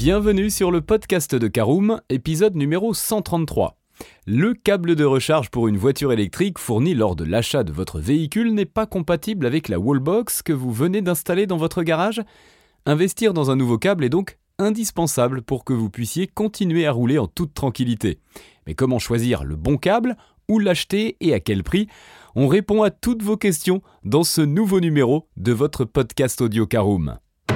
Bienvenue sur le podcast de Caroom, épisode numéro 133. Le câble de recharge pour une voiture électrique fourni lors de l'achat de votre véhicule n'est pas compatible avec la wallbox que vous venez d'installer dans votre garage. Investir dans un nouveau câble est donc indispensable pour que vous puissiez continuer à rouler en toute tranquillité. Mais comment choisir le bon câble ? Où l'acheter et à quel prix ? On répond à toutes vos questions dans ce nouveau numéro de votre podcast audio Caroom.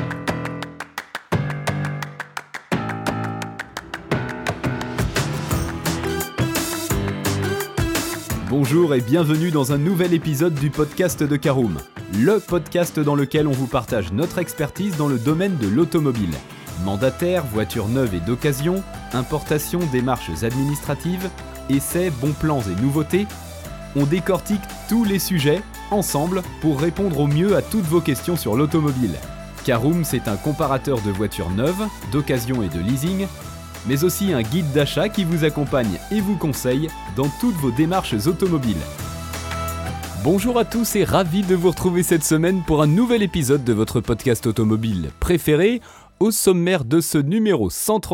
Bonjour et bienvenue dans un nouvel épisode du podcast de Caroom, le podcast dans lequel on vous partage notre expertise dans le domaine de l'automobile. Mandataire, voitures neuves et d'occasion, importation, démarches administratives, essais, bons plans et nouveautés, on décortique tous les sujets ensemble pour répondre au mieux à toutes vos questions sur l'automobile. Caroom, c'est un comparateur de voitures neuves, d'occasion et de leasing, mais aussi un guide d'achat qui vous accompagne et vous conseille dans toutes vos démarches automobiles. Bonjour à tous et ravi de vous retrouver cette semaine pour un nouvel épisode de votre podcast automobile préféré. Au sommaire de ce numéro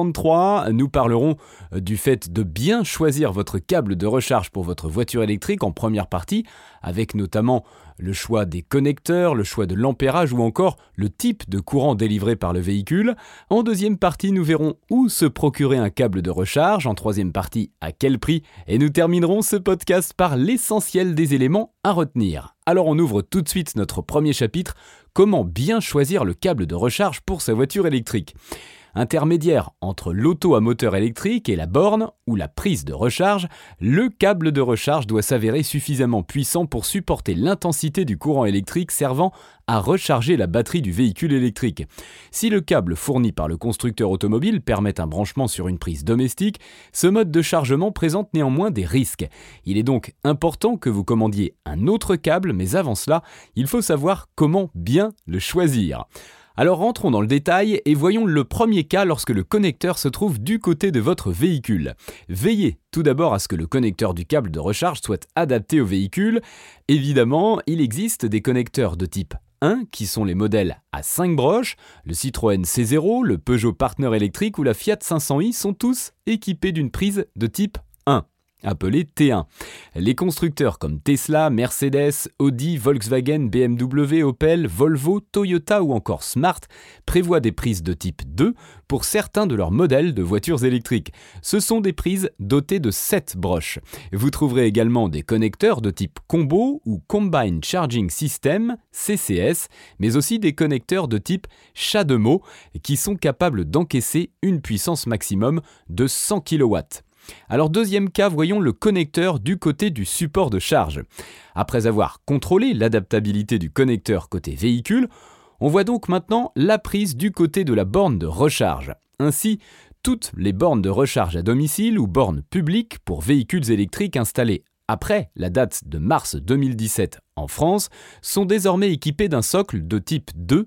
133, nous parlerons du fait de bien choisir votre câble de recharge pour votre voiture électrique en première partie, avec notamment le choix des connecteurs, le choix de l'ampérage ou encore le type de courant délivré par le véhicule. En deuxième partie, nous verrons où se procurer un câble de recharge, en troisième partie, à quel prix, et nous terminerons ce podcast par l'essentiel des éléments à retenir. Alors on ouvre tout de suite notre premier chapitre, comment bien choisir le câble de recharge pour sa voiture électrique. Intermédiaire entre l'auto à moteur électrique et la borne ou la prise de recharge, le câble de recharge doit s'avérer suffisamment puissant pour supporter l'intensité du courant électrique servant à recharger la batterie du véhicule électrique. Si le câble fourni par le constructeur automobile permet un branchement sur une prise domestique, ce mode de chargement présente néanmoins des risques. Il est donc important que vous commandiez un autre câble, mais avant cela, il faut savoir comment bien le choisir. Alors rentrons dans le détail et voyons le premier cas lorsque le connecteur se trouve du côté de votre véhicule. Veillez tout d'abord à ce que le connecteur du câble de recharge soit adapté au véhicule. Évidemment, il existe des connecteurs de type 1 qui sont les modèles à 5 broches. Le Citroën C0, le Peugeot Partner électrique ou la Fiat 500i sont tous équipés d'une prise de type 1. Appelé T1. Les constructeurs comme Tesla, Mercedes, Audi, Volkswagen, BMW, Opel, Volvo, Toyota ou encore Smart prévoient des prises de type 2 pour certains de leurs modèles de voitures électriques. Ce sont des prises dotées de 7 broches. Vous trouverez également des connecteurs de type combo ou Combined Charging System, CCS, mais aussi des connecteurs de type CHAdeMO qui sont capables d'encaisser une puissance maximum de 100 kW. Alors deuxième cas, voyons le connecteur du côté du support de charge. Après avoir contrôlé l'adaptabilité du connecteur côté véhicule, on voit donc maintenant la prise du côté de la borne de recharge. Ainsi, toutes les bornes de recharge à domicile ou bornes publiques pour véhicules électriques installés après la date de mars 2017 en France sont désormais équipées d'un socle de type 2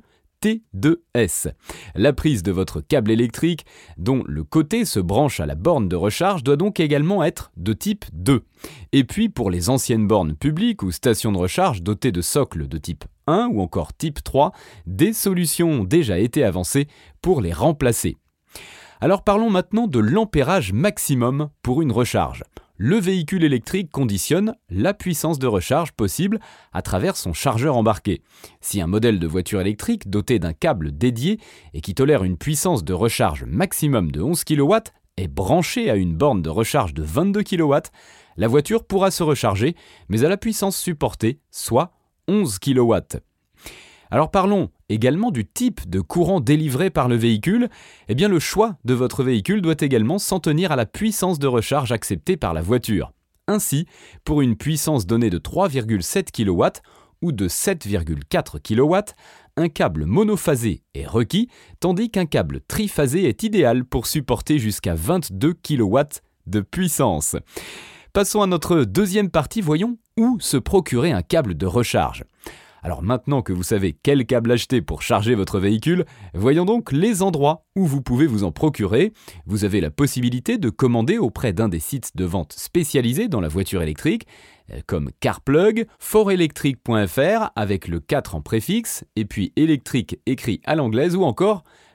T2S. La prise de votre câble électrique, dont le côté se branche à la borne de recharge, doit donc également être de type 2. Et puis pour les anciennes bornes publiques ou stations de recharge dotées de socles de type 1 ou encore type 3, des solutions ont déjà été avancées pour les remplacer. Alors parlons maintenant de l'ampérage maximum pour une recharge. Le véhicule électrique conditionne la puissance de recharge possible à travers son chargeur embarqué. Si un modèle de voiture électrique doté d'un câble dédié et qui tolère une puissance de recharge maximum de 11 kW est branché à une borne de recharge de 22 kW, la voiture pourra se recharger, mais à la puissance supportée, soit 11 kW. Alors parlons également du type de courant délivré par le véhicule. Eh bien le choix de votre véhicule doit également s'en tenir à la puissance de recharge acceptée par la voiture. Ainsi, pour une puissance donnée de 3,7 kW ou de 7,4 kW, un câble monophasé est requis, tandis qu'un câble triphasé est idéal pour supporter jusqu'à 22 kW de puissance. Passons à notre deuxième partie, voyons où se procurer un câble de recharge. Alors maintenant que vous savez quel câble acheter pour charger votre véhicule, voyons donc les endroits où vous pouvez vous en procurer. Vous avez la possibilité de commander auprès d'un des sites de vente spécialisés dans la voiture électrique, comme CarPlug, forelectric.fr avec le 4 en préfixe, et puis électrique écrit à l'anglaise, ou encore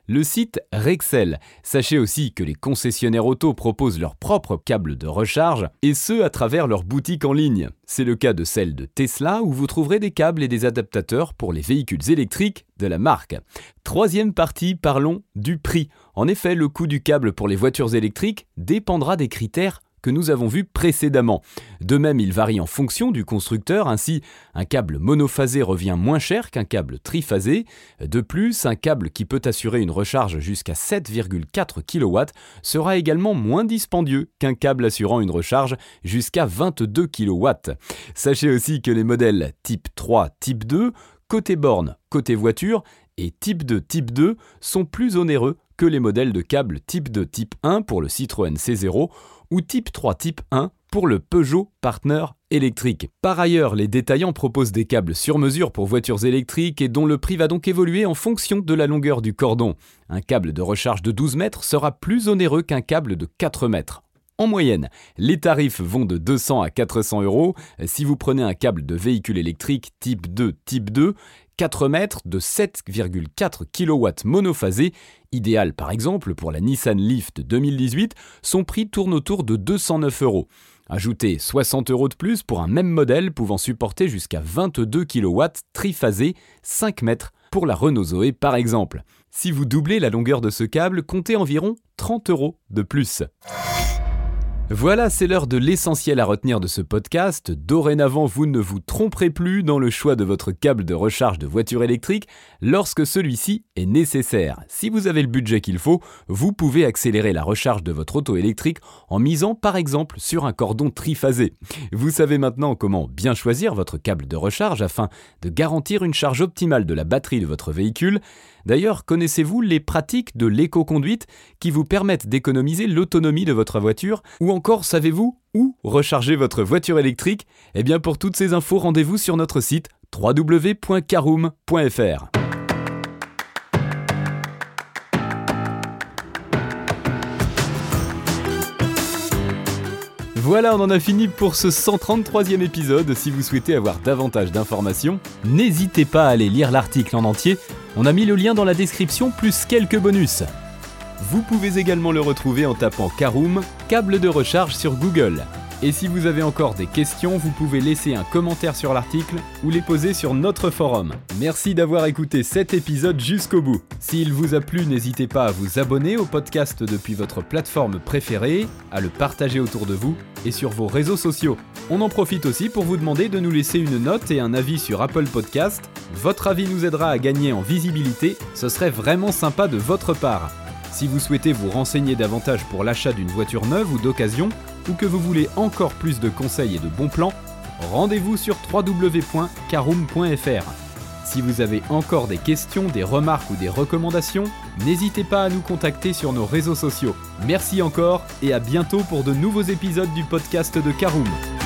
le site Rexel. Sachez aussi que les concessionnaires auto proposent leurs propres câbles de recharge, et ce à travers leur boutique en ligne. C'est le cas de celle de Tesla où vous trouverez des câbles et des adaptateurs pour les véhicules électriques de la marque. Troisième partie, parlons du prix. En effet, le coût du câble pour les voitures électriques dépendra des critères que nous avons vus précédemment. De même, il varie en fonction du constructeur, ainsi un câble monophasé revient moins cher qu'un câble triphasé. De plus, un câble qui peut assurer une recharge jusqu'à 7,4 kW sera également moins dispendieux qu'un câble assurant une recharge jusqu'à 22 kW. Sachez aussi que les modèles type 3, type 2, côté borne, côté voiture et type 2, type 2 sont plus onéreux que les modèles de câbles type 2, type 1 pour le Citroën C0 ou type 3, type 1 pour le Peugeot Partner électrique. Par ailleurs, les détaillants proposent des câbles sur mesure pour voitures électriques et dont le prix va donc évoluer en fonction de la longueur du cordon. Un câble de recharge de 12 mètres sera plus onéreux qu'un câble de 4 mètres. En moyenne, les tarifs vont de 200 à 400 €. Si vous prenez un câble de véhicule électrique type 2, 4 mètres de 7,4 kW monophasé, idéal par exemple pour la Nissan Leaf de 2018, son prix tourne autour de 209 €. Ajoutez 60 € de plus pour un même modèle pouvant supporter jusqu'à 22 kW triphasé 5 mètres pour la Renault Zoé par exemple. Si vous doublez la longueur de ce câble, comptez environ 30 € de plus. Voilà, c'est l'heure de l'essentiel à retenir de ce podcast. Dorénavant, vous ne vous tromperez plus dans le choix de votre câble de recharge de voiture électrique lorsque celui-ci est nécessaire. Si vous avez le budget qu'il faut, vous pouvez accélérer la recharge de votre auto électrique en misant par exemple sur un cordon triphasé. Vous savez maintenant comment bien choisir votre câble de recharge afin de garantir une charge optimale de la batterie de votre véhicule. D'ailleurs, connaissez-vous les pratiques de l'éco-conduite qui vous permettent d'économiser l'autonomie de votre voiture? Ou encore, savez-vous où recharger votre voiture électrique? Eh bien, pour toutes ces infos, rendez-vous sur notre site www.caroom.fr. Voilà, on en a fini pour ce 133e épisode. Si vous souhaitez avoir davantage d'informations, n'hésitez pas à aller lire l'article en entier. On a mis le lien dans la description, plus quelques bonus. Vous pouvez également le retrouver en tapant Caroom, câble de recharge sur Google. Et si vous avez encore des questions, vous pouvez laisser un commentaire sur l'article ou les poser sur notre forum. Merci d'avoir écouté cet épisode jusqu'au bout. S'il vous a plu, n'hésitez pas à vous abonner au podcast depuis votre plateforme préférée, à le partager autour de vous et sur vos réseaux sociaux. On en profite aussi pour vous demander de nous laisser une note et un avis sur Apple Podcast. Votre avis nous aidera à gagner en visibilité, ce serait vraiment sympa de votre part. Si vous souhaitez vous renseigner davantage pour l'achat d'une voiture neuve ou d'occasion, ou que vous voulez encore plus de conseils et de bons plans, rendez-vous sur www.caroom.fr. Si vous avez encore des questions, des remarques ou des recommandations, n'hésitez pas à nous contacter sur nos réseaux sociaux. Merci encore et à bientôt pour de nouveaux épisodes du podcast de Caroom.